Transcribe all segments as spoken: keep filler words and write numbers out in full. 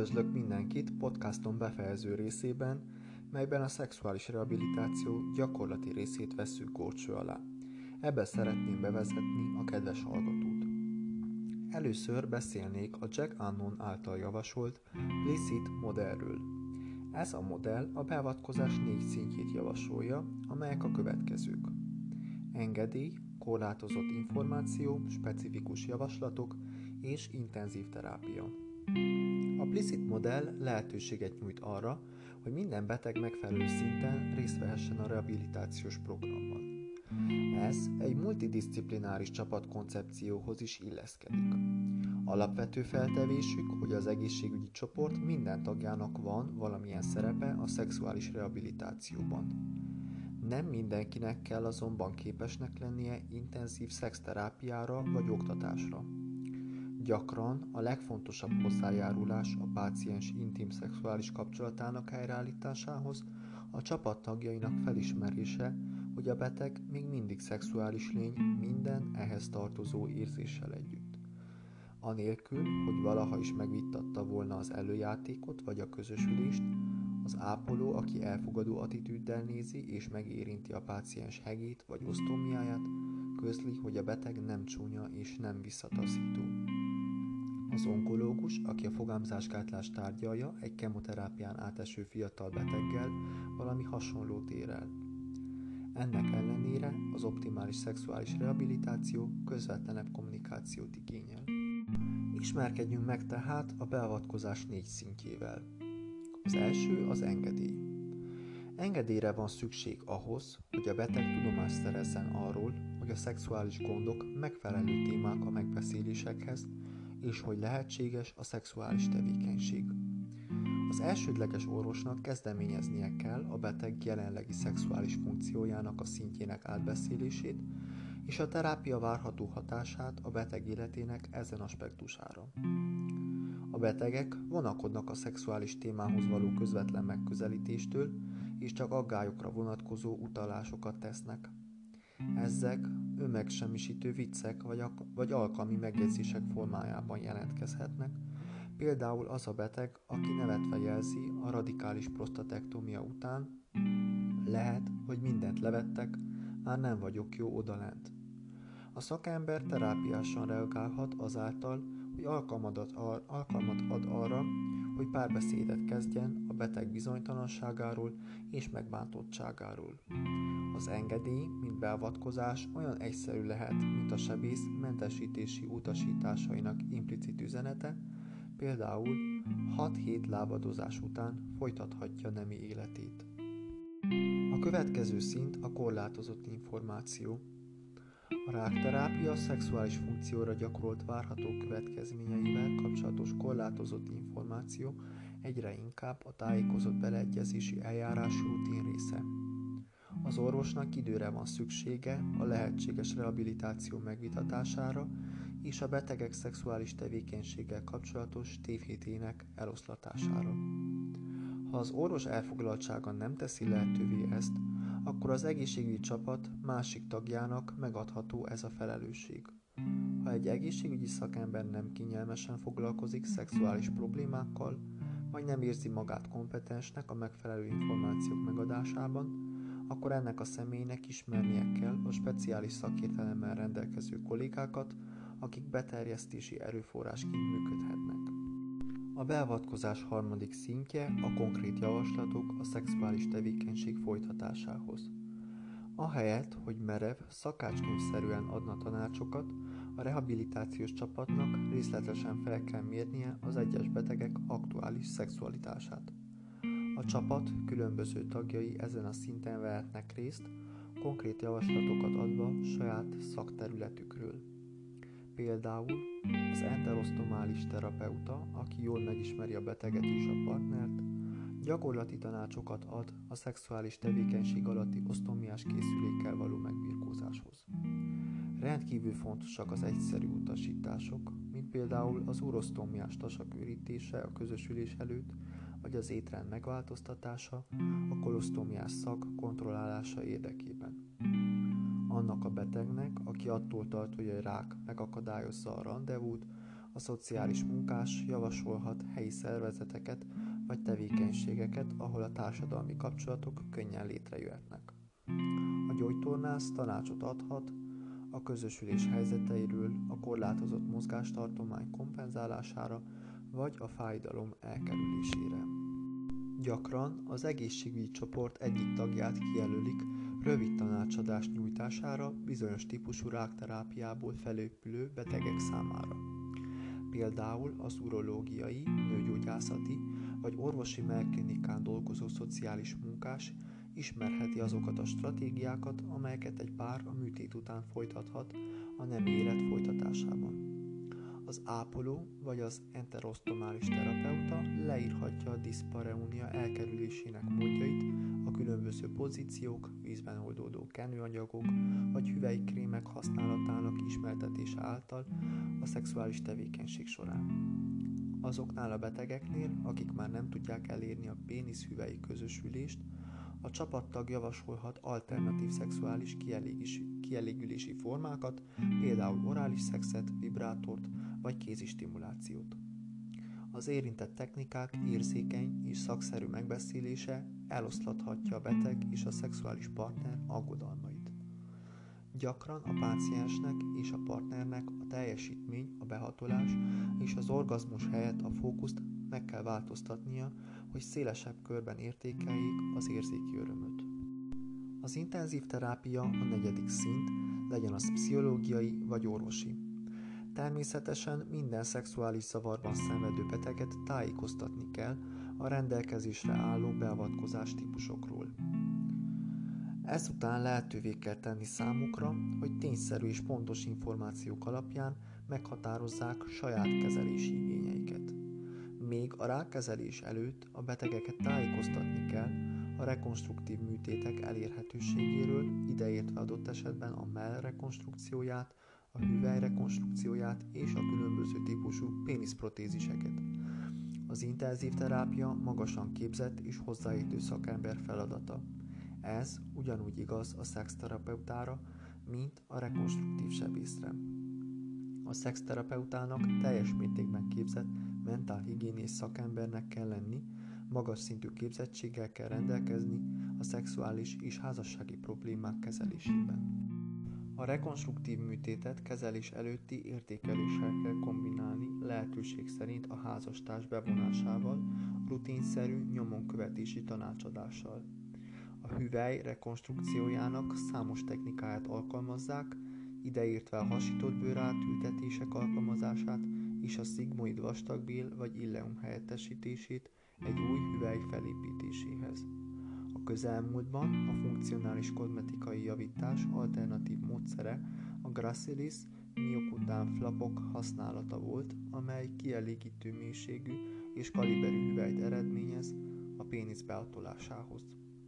Üdvözlök mindenkit podcastom befejező részében, melyben a szexuális rehabilitáció gyakorlati részét vesszük górcső alá. Ebben szeretném bevezetni a kedves hallgatót. Először beszélnék a Jack Hannon által javasolt Licit modellről. Ez a modell a beavatkozás négy szintjét javasolja, amelyek a következők: engedély, korlátozott információ, specifikus javaslatok és intenzív terápia. A Licit modell lehetőséget nyújt arra, hogy minden beteg megfelelő szinten részt vehessen a rehabilitációs programban. Ez egy multidisziplináris csapatkoncepcióhoz is illeszkedik. Alapvető feltevésük, hogy az egészségügyi csoport minden tagjának van valamilyen szerepe a szexuális rehabilitációban. Nem mindenkinek kell azonban képesnek lennie intenzív szexterápiára vagy oktatásra. Gyakran a legfontosabb hozzájárulás a páciens intim szexuális kapcsolatának helyreállításához a csapat tagjainak felismerése, hogy a beteg még mindig szexuális lény minden ehhez tartozó érzéssel együtt. Anélkül, hogy valaha is megvittatta volna az előjátékot vagy a közösülést, az ápoló, aki elfogadó attitűddel nézi és megérinti a páciens hegét vagy osztómiáját, közli, hogy a beteg nem csúnya és nem visszataszító. Az onkológus, aki a fogamzásgátlás tárgyalja, egy kemoterápián áteső fiatal beteggel valami hasonlót ér el. Ennek ellenére az optimális szexuális rehabilitáció közvetlenebb kommunikációt igényel. Ismerkedjünk meg tehát a beavatkozás négy szintjével. Az első az engedély. Engedélyre van szükség ahhoz, hogy a beteg tudomást szerezzen arról, hogy a szexuális gondok megfelelő témák a megbeszélésekhez, és hogy lehetséges a szexuális tevékenység. Az elsődleges orvosnak kezdeményeznie kell a beteg jelenlegi szexuális funkciójának a szintjének átbeszélését, és a terápia várható hatását a beteg életének ezen aspektusára. A betegek vonakodnak a szexuális témához való közvetlen megközelítéstől, és csak aggályokra vonatkozó utalásokat tesznek. Ezek önmegsemmisítő viccek vagy, ak- vagy alkalmi megjegyzések formájában jelentkezhetnek, például az a beteg, aki nevetve jelzi a radikális prostatektómia után: lehet, hogy mindent levettek, már nem vagyok jó odalent. A szakember terápiásan reagálhat azáltal, hogy alkalmat ad, ar- alkalmat ad arra, hogy párbeszédet kezdjen a beteg bizonytalanságáról és megbántottságáról. Az engedély, mint beavatkozás olyan egyszerű lehet, mint a sebész mentesítési utasításainak implicit üzenete, például hat hét lábadozás után folytathatja nemi életét. A következő szint a korlátozott információ. A rákterápia szexuális funkcióra gyakorolt várható következményeivel kapcsolatos korlátozott információ egyre inkább a tájékozott beleegyezési eljárás rutin része. Az orvosnak időre van szüksége a lehetséges rehabilitáció megvitatására és a betegek szexuális tevékenységgel kapcsolatos tévhitének eloszlatására. Ha az orvos elfoglaltsága nem teszi lehetővé ezt, akkor az egészségügyi csapat másik tagjának megadható ez a felelősség. Ha egy egészségügyi szakember nem kényelmesen foglalkozik szexuális problémákkal, vagy nem érzi magát kompetensnek a megfelelő információk megadásában, akkor ennek a személynek ismernie kell a speciális szakértelemmel rendelkező kollégákat, akik beterjesztési erőforrásként működhetnek. A beavatkozás harmadik szintje a konkrét javaslatok a szexuális tevékenység folytatásához. Ahelyett, hogy merev, szakácskönyvszerűen adna tanácsokat, a rehabilitációs csapatnak részletesen fel kell mérnie az egyes betegek aktuális szexualitását. A csapat különböző tagjai ezen a szinten vehetnek részt, konkrét javaslatokat adva saját szakterületükről. Például az enterosztomális terapeuta, aki jól megismeri a beteget és a partnert, gyakorlati tanácsokat ad a szexuális tevékenység alatti osztómiás készülékkel való megbirkózáshoz. Rendkívül fontosak az egyszerű utasítások, mint például az urosztómiás tasak ürítése a közösülés előtt, vagy az étrend megváltoztatása a kolosztómiás szag kontrollálása érdekében. Annak a betegnek, aki attól tart, hogy a rák megakadályozza a randevút, A szociális munkás javasolhat helyi szervezeteket vagy tevékenységeket, ahol a társadalmi kapcsolatok könnyen létrejöhetnek. A gyógytornász tanácsot adhat a közösülés helyzeteiről, a korlátozott mozgástartomány kompenzálására vagy a fájdalom elkerülésére. Gyakran az egészségügyi csoport egyik tagját kijelölik rövid tanácsadás nyújtására bizonyos típusú rákterápiából felépülő betegek számára. Például az urológiai, nőgyógyászati vagy orvosi melklinikán dolgozó szociális munkás ismerheti azokat a stratégiákat, amelyeket egy pár a műtét után folytathat a nemi élet folytatásában. Az ápoló vagy az enterosztomális terapeuta leírhatja a diszpareunia elkerülésének módjait a különböző pozíciók, vízben oldódó kenőanyagok vagy hüvelykrémek használatának ismertetése által a szexuális tevékenység során. Azoknál a betegeknél, akik már nem tudják elérni a pénisz-hüvely közösülést, a csapattag javasolhat alternatív szexuális kielégülési, kielégülési formákat, például orális szexet, vibrátort vagy kézi stimulációt. Az érintett technikák érzékeny és szakszerű megbeszélése eloszlathatja a beteg és a szexuális partner aggodalmait. Gyakran a páciensnek és a partnernek a teljesítmény, a behatolás és az orgazmus helyett a fókuszt meg kell változtatnia, hogy szélesebb körben értékeljék az érzéki örömöt. Az intenzív terápia a negyedik szint, legyen az pszichológiai vagy orvosi. Természetesen minden szexuális zavarban szenvedő beteget tájékoztatni kell a rendelkezésre álló beavatkozás típusokról. Ezután lehetővé kell tenni számukra, hogy tényszerű és pontos információk alapján meghatározzák saját kezelési igényeiket. Még a rákkezelés előtt a betegeket tájékoztatni kell a rekonstruktív műtétek elérhetőségéről, ideértve adott esetben a mell rekonstrukcióját, a hüvely rekonstrukcióját és a különböző típusú péniszprotéziseket. Az intenzív terápia magasan képzett és hozzáértő szakember feladata. Ez ugyanúgy igaz a szexterapeutára, mint a rekonstruktív sebészre. A szexterapeutának teljes mértékben képzett mentálhigiénész szakembernek kell lenni, magas szintű képzettséggel kell rendelkezni a szexuális és házassági problémák kezelésében. A rekonstruktív műtétet kezelés előtti értékeléssel kell kombinálni, lehetőség szerint a házastárs bevonásával, rutinszerű nyomonkövetési tanácsadással. A hüvely rekonstrukciójának számos technikáját alkalmazzák, ideértve a hasított bőr átültetések alkalmazását és a szigmoid vastagbél vagy illeum helyettesítését egy új hüvely felépítéséhez. A közelmúltban a funkcionális kozmetikai javítás alternatív módszere a gracilis myokután flapok használata volt, amely kielégítő mélységű és kaliberű hüvelyt eredményez a pénisz beatolásához.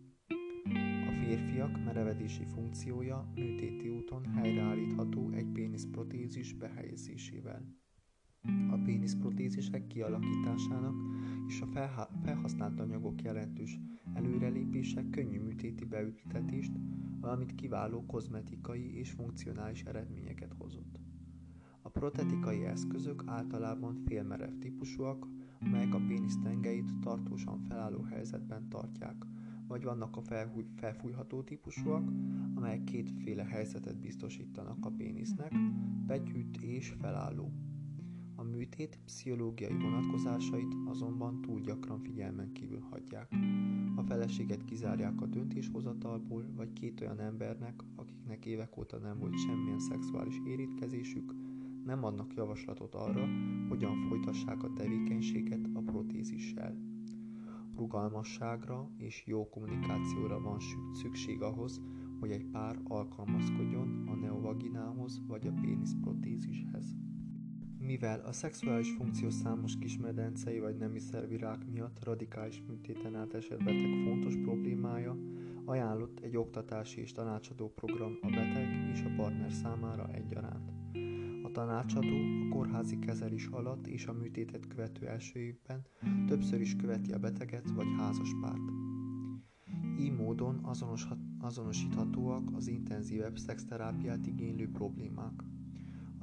A férfiak merevedési funkciója műtéti úton helyreállítható egy péniszprotézis behelyezésével. A péniszprotézisek kialakításának és a felha- felhasznált anyagok jelentős előrelépése könnyű műtéti beültetést, valamint kiváló kozmetikai és funkcionális eredményeket hozott. A protetikai eszközök általában félmerev típusúak, amelyek a pénisz tengelyét tartósan felálló helyzetben tartják, vagy vannak a felhúj- felfújható típusúak, amelyek kétféle helyzetet biztosítanak a pénisznek, begyűjt és felálló. A műtét pszichológiai vonatkozásait azonban túl gyakran figyelmen kívül hagyják. A feleséget kizárják a döntéshozatalból, vagy két olyan embernek, akiknek évek óta nem volt semmilyen szexuális érintkezésük, nem adnak javaslatot arra, hogyan folytassák a tevékenységet a protézissel. Rugalmasságra és jó kommunikációra van szükség ahhoz, hogy egy pár alkalmazkodjon a neovaginához vagy a péniszprotézishez. Mivel a szexuális funkció számos kismedencei vagy nemi szervi rák miatt radikális műtéten átesett beteg fontos problémája, ajánlott egy oktatási és tanácsadó program a beteg és a partner számára egyaránt. A tanácsadó a kórházi kezelés alatt és a műtétet követő első évben többször is követi a beteget vagy házaspárt. Így módon azonos, azonosíthatóak az intenzívebb szexterápiát igénylő problémák. A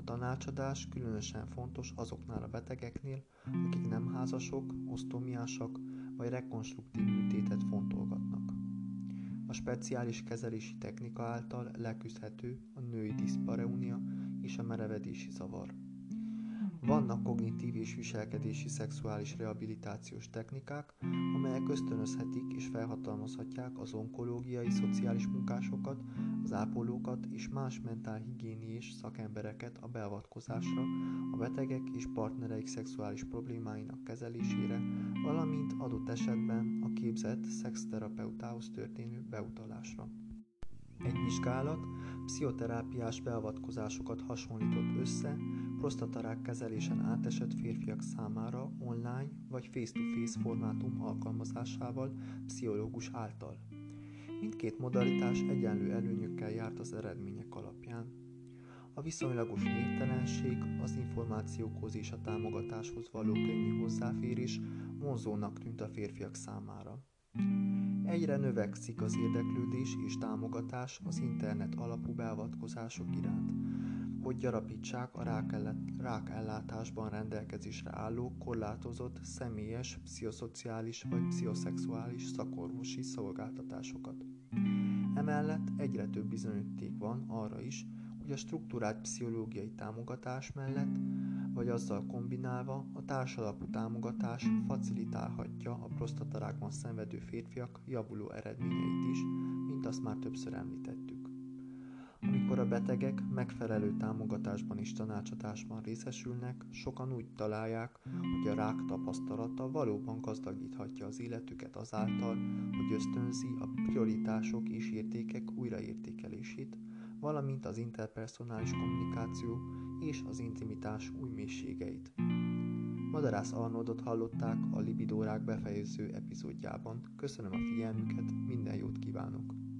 A tanácsadás különösen fontos azoknál a betegeknél, akik nem házasok, osztómiásak vagy rekonstruktív műtétet fontolgatnak. A speciális kezelési technika által leküzdhető a női diszpareunia és a merevedési zavar. Vannak kognitív és viselkedési szexuális rehabilitációs technikák, amelyek ösztönözhetik és felhatalmazhatják az onkológiai szociális munkásokat, az ápolókat és más mentálhigiéniás szakembereket a beavatkozásra, a betegek és partnereik szexuális problémáinak kezelésére, valamint adott esetben a képzett szexterapeutához történő beutalásra. Egy vizsgálat pszichoterápiás beavatkozásokat hasonlított össze prostatarák kezelésen átesett férfiak számára online vagy face-to-face formátum alkalmazásával pszichológus által. Mindkét modalitás egyenlő előnyökkel járt az eredmények alapján. A viszonylagos névtelenség, az információkhoz és a támogatáshoz való könnyű hozzáférés vonzónak tűnt a férfiak számára. Egyre növekszik az érdeklődés és támogatás az internet alapú beavatkozások iránt, hogy gyarapítsák a rákellátásban rendelkezésre álló korlátozott személyes, pszichoszociális vagy pszichoszexuális szakorvosi szolgáltatásokat. Emellett egyre több bizonyíték van arra is, hogy a strukturált pszichológiai támogatás mellett, vagy azzal kombinálva a társalapú támogatás facilitálhatja a prostatarákban szenvedő férfiak javuló eredményeit is, mint azt már többször említettük. Amikor a betegek megfelelő támogatásban és tanácsadásban részesülnek, sokan úgy találják, hogy a rák tapasztalata valóban gazdagíthatja az életüket azáltal, hogy ösztönzi a prioritások és értékek újraértékelését, valamint az interpersonális kommunikáció és az intimitás új mélységeit. Madarász Arnoldot hallották a Libidórák befejező epizódjában. Köszönöm a figyelmüket, minden jót kívánok!